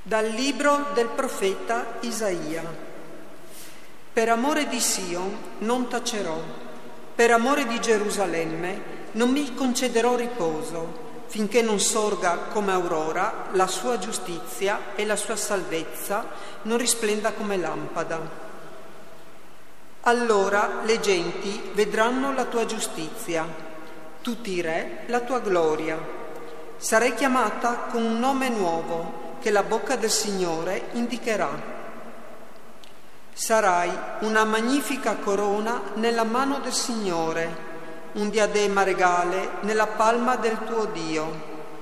Dal libro del profeta Isaia. Per amore di Sion non tacerò, per amore di Gerusalemme non mi concederò riposo, finché non sorga come aurora la sua giustizia e la sua salvezza non risplenda come lampada. Allora le genti vedranno la tua giustizia, tutti i re la tua gloria. Sarai chiamata con un nome nuovo che la bocca del Signore indicherà. Sarai una magnifica corona nella mano del Signore, un diadema regale nella palma del tuo Dio.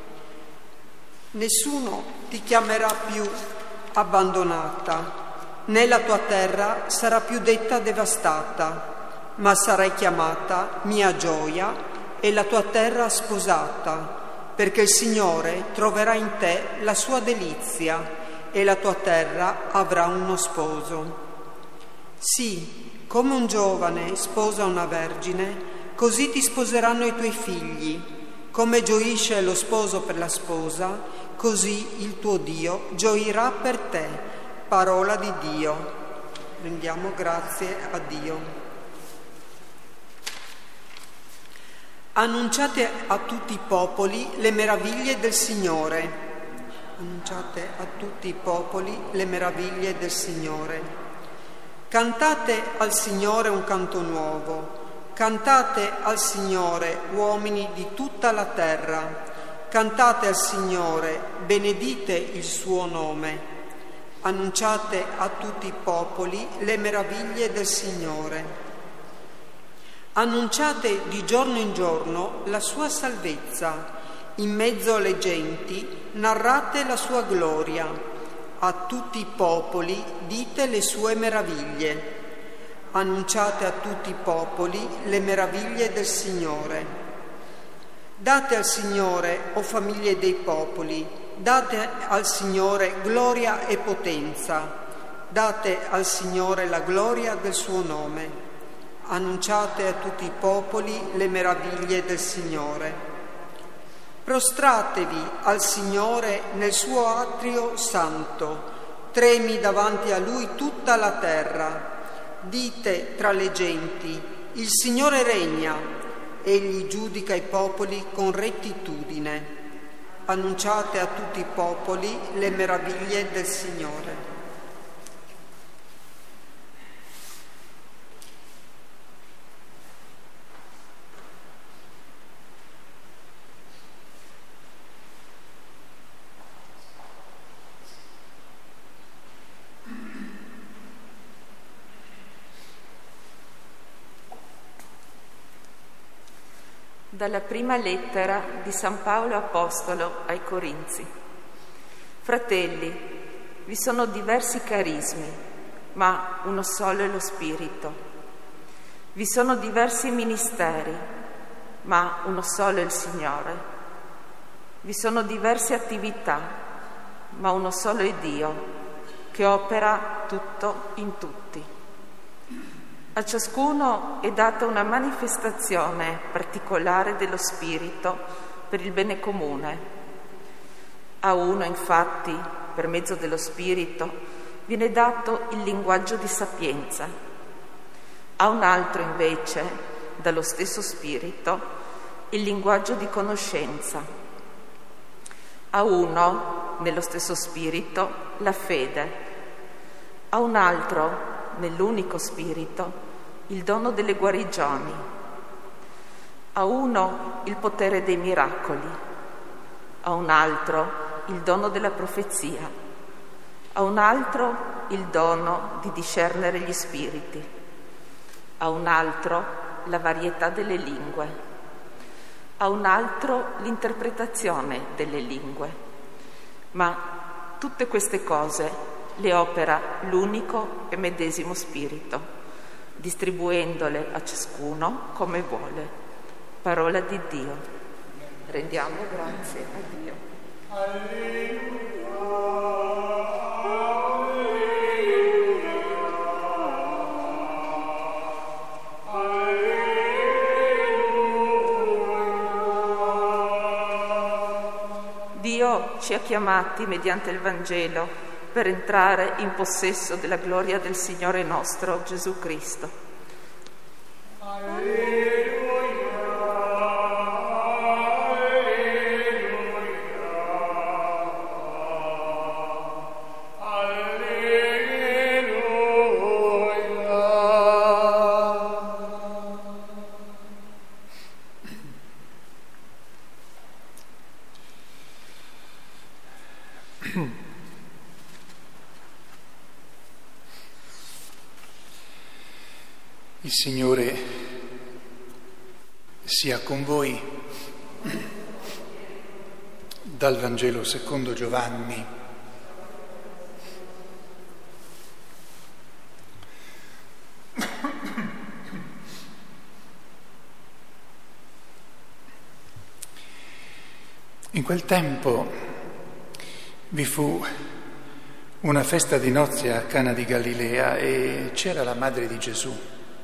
Nessuno ti chiamerà più abbandonata, né la tua terra sarà più detta devastata, ma sarai chiamata mia gioia e la tua terra sposata, perché il Signore troverà in te la sua delizia e la tua terra avrà uno sposo. Sì, come un giovane sposa una vergine, così ti sposeranno i tuoi figli. Come gioisce lo sposo per la sposa, così il tuo Dio gioirà per te. Parola di Dio. Rendiamo grazie a Dio. Annunciate a tutti i popoli le meraviglie del Signore. Annunciate a tutti i popoli le meraviglie del Signore. Cantate al Signore un canto nuovo. Cantate al Signore, uomini di tutta la terra. Cantate al Signore, benedite il suo nome. Annunciate a tutti i popoli le meraviglie del Signore. Annunciate di giorno in giorno la sua salvezza, in mezzo alle genti narrate la sua gloria, a tutti i popoli dite le sue meraviglie. Annunciate a tutti i popoli le meraviglie del Signore. Date al Signore, o famiglie dei popoli, date al Signore gloria e potenza, date al Signore la gloria del suo nome. Annunciate a tutti i popoli le meraviglie del Signore. Prostratevi al Signore nel suo atrio santo, tremi davanti a Lui tutta la terra. Dite tra le genti, il Signore regna, Egli giudica i popoli con rettitudine. Annunciate a tutti i popoli le meraviglie del Signore. Dalla prima lettera di San Paolo Apostolo ai Corinzi. Fratelli, vi sono diversi carismi, ma uno solo è lo Spirito. Vi sono diversi ministeri, ma uno solo è il Signore. Vi sono diverse attività, ma uno solo è Dio, che opera tutto in tutti. A ciascuno è data una manifestazione particolare dello Spirito per il bene comune. A uno, infatti, per mezzo dello Spirito, viene dato il linguaggio di sapienza. A un altro, invece, dallo stesso Spirito, il linguaggio di conoscenza. A uno, nello stesso Spirito, la fede. A un altro, nell'unico Spirito, il dono delle guarigioni. A uno il potere dei miracoli, a un altro il dono della profezia, a un altro il dono di discernere gli spiriti, a un altro la varietà delle lingue, a un altro l'interpretazione delle lingue. Ma tutte queste cose le opera l'unico e medesimo Spirito, distribuendole a ciascuno come vuole. Parola di Dio. Rendiamo grazie a Dio. Alleluia, alleluia, alleluia. Dio ci ha chiamati mediante il Vangelo per entrare in possesso della gloria del Signore nostro Gesù Cristo. Il Signore sia con voi. Dal Vangelo secondo Giovanni. In quel tempo vi fu una festa di nozze a Cana di Galilea e c'era la madre di Gesù.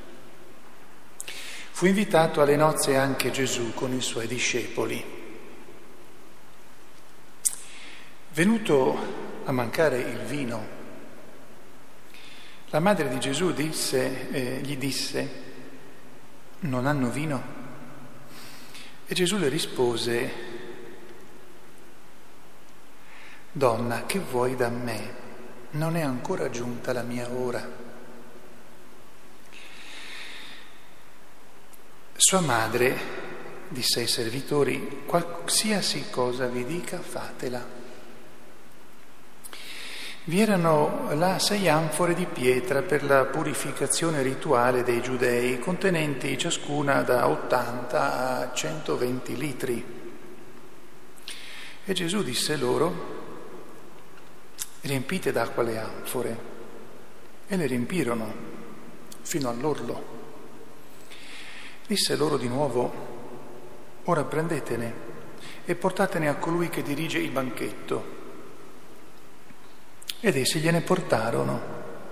Fu invitato alle nozze anche Gesù con i suoi discepoli. Venuto a mancare il vino, la madre di Gesù gli disse: non hanno vino? E Gesù le rispose: donna, che vuoi da me? Non è ancora giunta la mia ora. Sua madre disse ai servitori: qualsiasi cosa vi dica, fatela. Vi erano là 6 anfore di pietra per la purificazione rituale dei giudei, contenenti ciascuna da 80 a 120 litri. E Gesù disse loro: riempite d'acqua le anfore. E le riempirono fino all'orlo. Disse loro di nuovo: ora prendetene e portatene a colui che dirige il banchetto. Ed essi gliene portarono.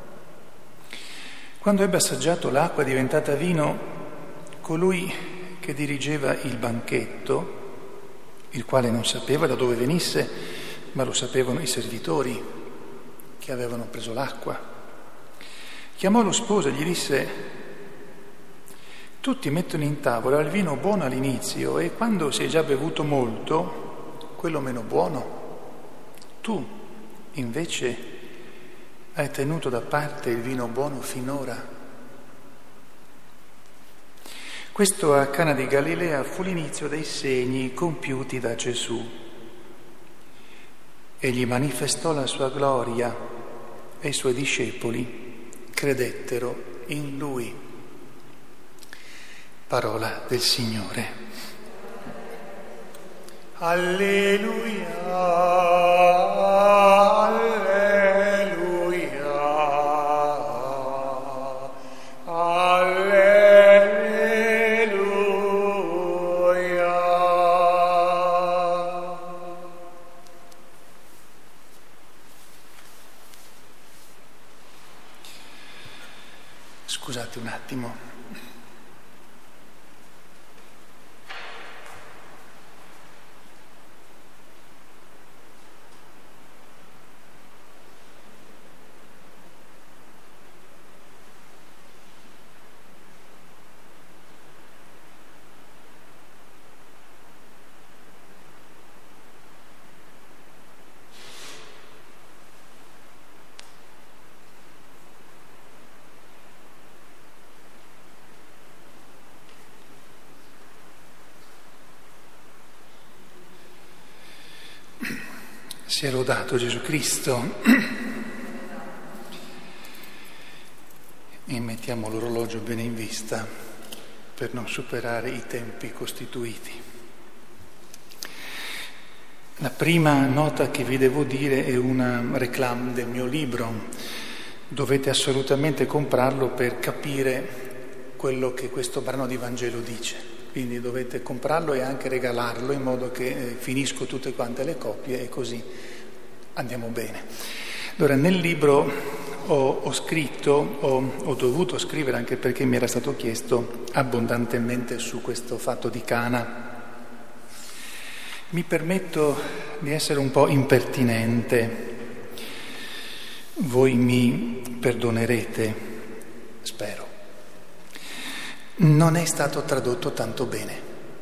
Quando ebbe assaggiato l'acqua diventata vino, colui che dirigeva il banchetto, il quale non sapeva da dove venisse, ma lo sapevano i servitori che avevano preso l'acqua, chiamò lo sposo e gli disse: tutti mettono in tavola il vino buono all'inizio e quando si è già bevuto molto, quello meno buono. Tu, invece, hai tenuto da parte il vino buono finora. Questo a Cana di Galilea fu l'inizio dei segni compiuti da Gesù. Egli manifestò la sua gloria e i suoi discepoli credettero in lui. Parola del Signore. Alleluia, alleluia, alleluia. Scusate un attimo. Sia lodato Gesù Cristo. E mettiamo l'orologio bene in vista per non superare i tempi costituiti. La prima nota che vi devo dire è una réclame del mio libro. Dovete assolutamente comprarlo per capire quello che questo brano di Vangelo dice. Quindi dovete comprarlo e anche regalarlo in modo che finisco tutte quante le copie e così andiamo bene. Allora, nel libro ho dovuto scrivere, anche perché mi era stato chiesto, abbondantemente su questo fatto di Cana. Mi permetto di essere un po' impertinente. Voi mi perdonerete, spero. Non è stato tradotto tanto bene,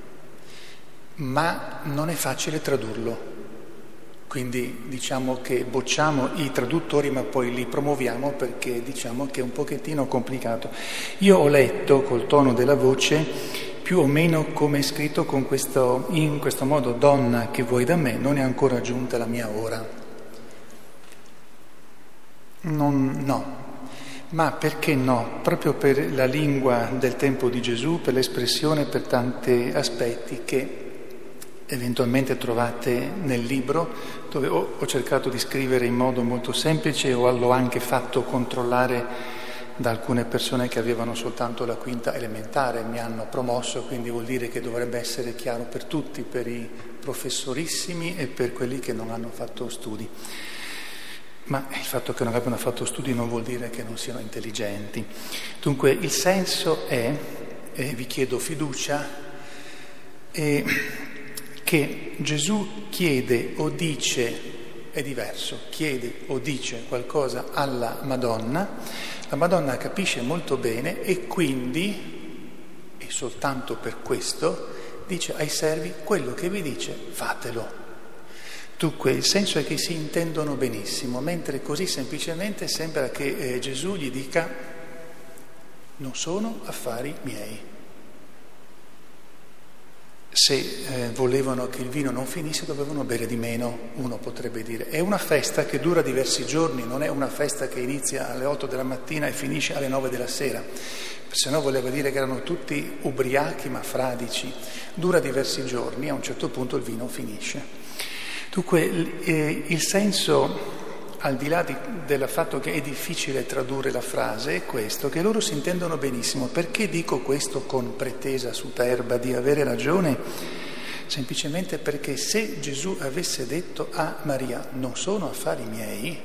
ma non è facile tradurlo. Quindi diciamo che bocciamo i traduttori ma poi li promuoviamo perché diciamo che è un pochettino complicato. Io ho letto col tono della voce più o meno come è scritto in questo modo: donna che vuoi da me, non è ancora giunta la mia ora. No, ma perché no? Proprio per la lingua del tempo di Gesù, per l'espressione, per tanti aspetti che eventualmente trovate nel libro, dove ho cercato di scrivere in modo molto semplice o l'ho anche fatto controllare da alcune persone che avevano soltanto la quinta elementare, mi hanno promosso, quindi vuol dire che dovrebbe essere chiaro per tutti, per i professorissimi e per quelli che non hanno fatto studi. Ma il fatto che non abbiano fatto studi non vuol dire che non siano intelligenti. Dunque il senso è, e vi chiedo fiducia, che Gesù chiede o dice, è diverso, chiede o dice qualcosa alla Madonna, la Madonna capisce molto bene e quindi, e soltanto per questo, dice ai servi: quello che vi dice fatelo. Dunque il senso è che si intendono benissimo, mentre così semplicemente sembra che Gesù gli dica: non sono affari miei. Se volevano che il vino non finisse dovevano bere di meno, uno potrebbe dire. È una festa che dura diversi giorni, non è una festa che inizia alle 8 della mattina e finisce alle 9 della sera, se no voleva dire che erano tutti ubriachi ma fradici. Dura diversi giorni, a un certo punto il vino finisce. Dunque il senso, al di là del fatto che è difficile tradurre la frase, è questo, che loro si intendono benissimo. Perché dico questo con pretesa superba di avere ragione? Semplicemente perché se Gesù avesse detto a Maria: non sono affari miei,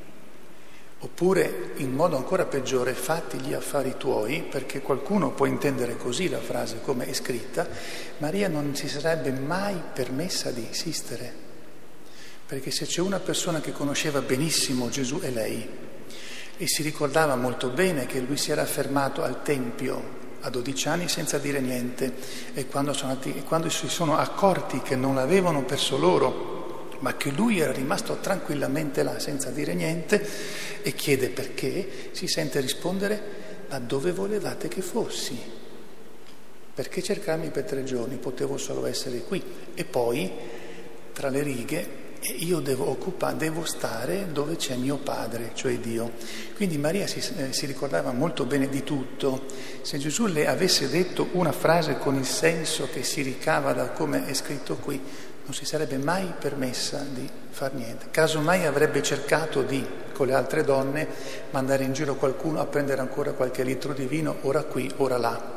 oppure in modo ancora peggiore: fatti gli affari tuoi, perché qualcuno può intendere così la frase come è scritta, Maria non si sarebbe mai permessa di insistere. Perché se c'è una persona che conosceva benissimo Gesù è lei, e si ricordava molto bene che lui si era fermato al Tempio a 12 anni senza dire niente, e quando si sono accorti che non l'avevano perso loro, ma che lui era rimasto tranquillamente là senza dire niente, e chiede perché, si sente rispondere: ma dove volevate che fossi? Perché cercarmi per 3 giorni? Potevo solo essere qui. E poi, tra le righe, io devo stare dove c'è mio padre, cioè Dio. Quindi Maria si ricordava molto bene di tutto. Se Gesù le avesse detto una frase con il senso che si ricava da come è scritto qui, non si sarebbe mai permessa di far niente. Casomai avrebbe cercato di, con le altre donne, mandare in giro qualcuno a prendere ancora qualche litro di vino, ora qui, ora là.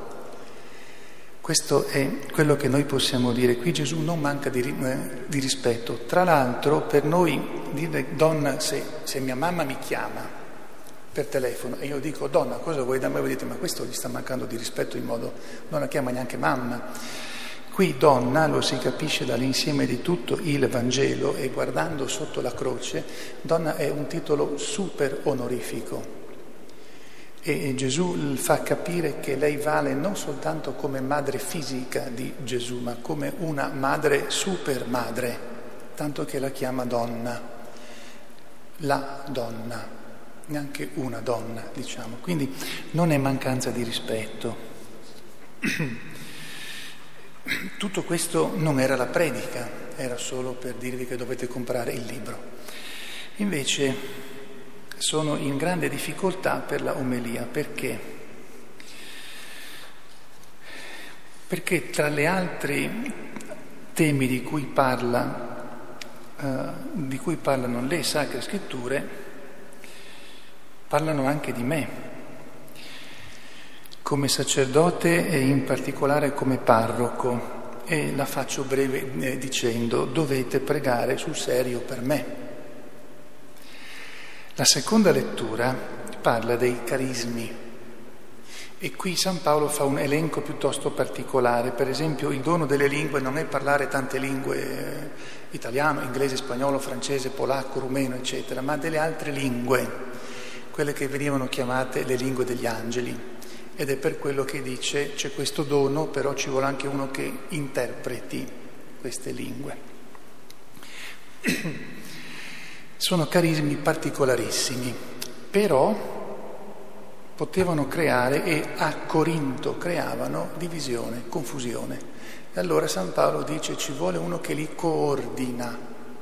Questo è quello che noi possiamo dire. Qui Gesù non manca di rispetto. Tra l'altro, per noi dire donna, se mia mamma mi chiama per telefono e io dico: donna, cosa vuoi da me? Voi dite: ma questo gli sta mancando di rispetto, in modo non la chiama neanche mamma. Qui donna lo si capisce dall'insieme di tutto il Vangelo, e guardando sotto la croce, donna è un titolo super onorifico. E Gesù fa capire che lei vale non soltanto come madre fisica di Gesù, ma come una madre super madre, tanto che la chiama donna, la donna, neanche una donna, diciamo. Quindi non è mancanza di rispetto. Tutto questo non era la predica, era solo per dirvi che dovete comprare il libro. Invece sono in grande difficoltà per la omelia. Perché? Perché tra gli altri temi di cui parlano le Sacre Scritture, parlano anche di me, come sacerdote e in particolare come parroco, e la faccio breve dicendo: dovete pregare sul serio per me. La seconda lettura parla dei carismi E qui San Paolo fa un elenco piuttosto particolare. Per esempio, il dono delle lingue non è parlare tante lingue, italiano, inglese, spagnolo, francese, polacco, rumeno, eccetera, ma delle altre lingue, quelle che venivano chiamate le lingue degli angeli. Ed è per quello che dice c'è questo dono, però ci vuole anche uno che interpreti queste lingue. Sono carismi particolarissimi, però potevano creare, e a Corinto creavano, divisione, confusione. E allora San Paolo dice ci vuole uno che li coordina.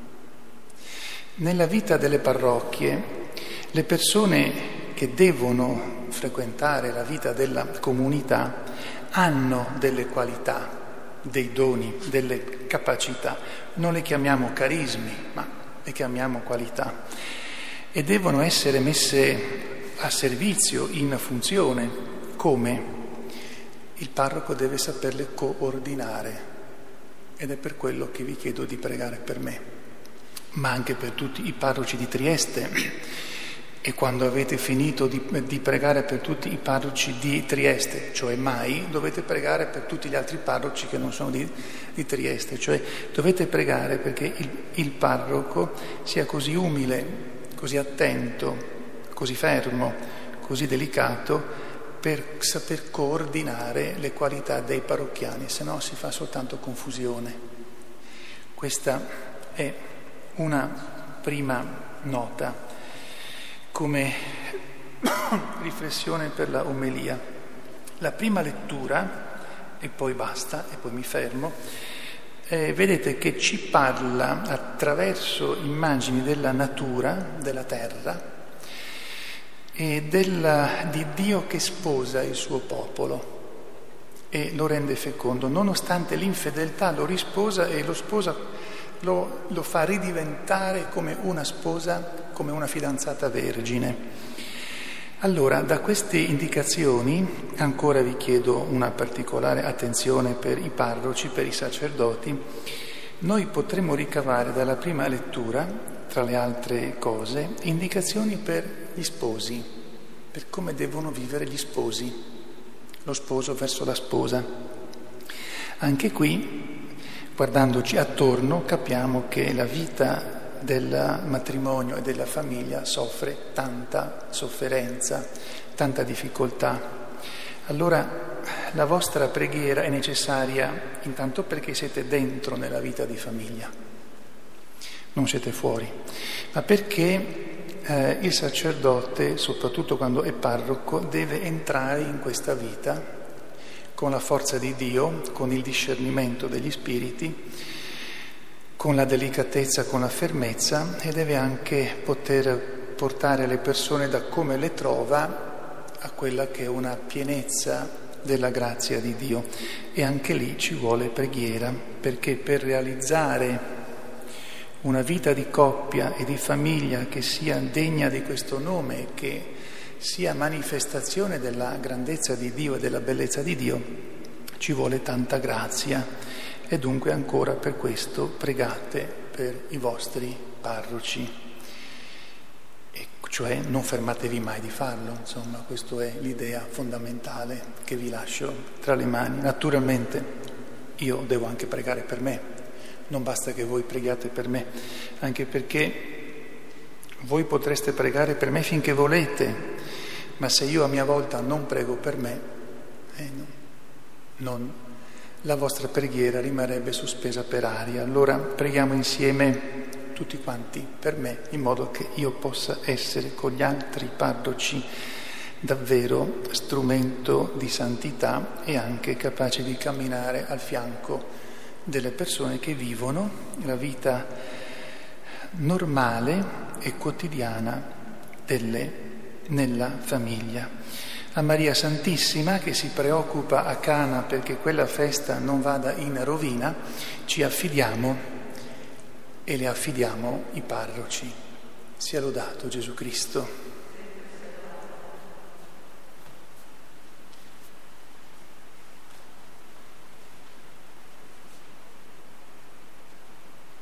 Nella vita delle parrocchie le persone che devono frequentare la vita della comunità hanno delle qualità, dei doni, delle capacità. Non le chiamiamo carismi, ma le chiamiamo qualità. E devono essere messe a servizio, in funzione. Come? Il parroco deve saperle coordinare, ed è per quello che vi chiedo di pregare per me, ma anche per tutti i parroci di Trieste. E quando avete finito di pregare per tutti i parroci di Trieste, cioè mai, dovete pregare per tutti gli altri parroci che non sono di Trieste, cioè dovete pregare perché il parroco sia così umile, così attento, così fermo, così delicato, per saper coordinare le qualità dei parrocchiani, se no si fa soltanto confusione. Questa è una prima nota come riflessione per la omelia. La prima lettura, e poi basta, e poi mi fermo, vedete che ci parla attraverso immagini della natura, della terra, e di Dio che sposa il suo popolo e lo rende fecondo. Nonostante l'infedeltà lo risposa e lo sposa, lo fa ridiventare come una sposa, come una fidanzata vergine. Allora, da queste indicazioni ancora vi chiedo una particolare attenzione per i parroci, per i sacerdoti. Noi potremmo ricavare dalla prima lettura, tra le altre cose, indicazioni per gli sposi, per come devono vivere gli sposi, lo sposo verso la sposa. Anche qui, guardandoci attorno, capiamo che la vita del matrimonio e della famiglia soffre tanta sofferenza, tanta difficoltà. Allora la vostra preghiera è necessaria intanto perché siete dentro nella vita di famiglia, non siete fuori, ma perché il sacerdote, soprattutto quando è parroco, deve entrare in questa vita con la forza di Dio, con il discernimento degli spiriti, con la delicatezza, con la fermezza, e deve anche poter portare le persone da come le trova a quella che è una pienezza della grazia di Dio. E anche lì ci vuole preghiera, perché per realizzare una vita di coppia e di famiglia che sia degna di questo nome, che sia manifestazione della grandezza di Dio e della bellezza di Dio, ci vuole tanta grazia. E dunque ancora per questo pregate per i vostri parroci, e cioè non fermatevi mai di farlo. Insomma, questa è l'idea fondamentale che vi lascio tra le mani. Naturalmente io devo anche pregare per me, non basta che voi preghiate per me, anche perché voi potreste pregare per me finché volete, ma se io a mia volta non prego per me, la vostra preghiera rimarrebbe sospesa per aria. Allora preghiamo insieme tutti quanti per me, in modo che io possa essere con gli altri parroci davvero strumento di santità e anche capace di camminare al fianco delle persone che vivono la vita normale e quotidiana nella famiglia. A Maria Santissima, che si preoccupa a Cana perché quella festa non vada in rovina, ci affidiamo e le affidiamo i parroci. Sia lodato Gesù Cristo.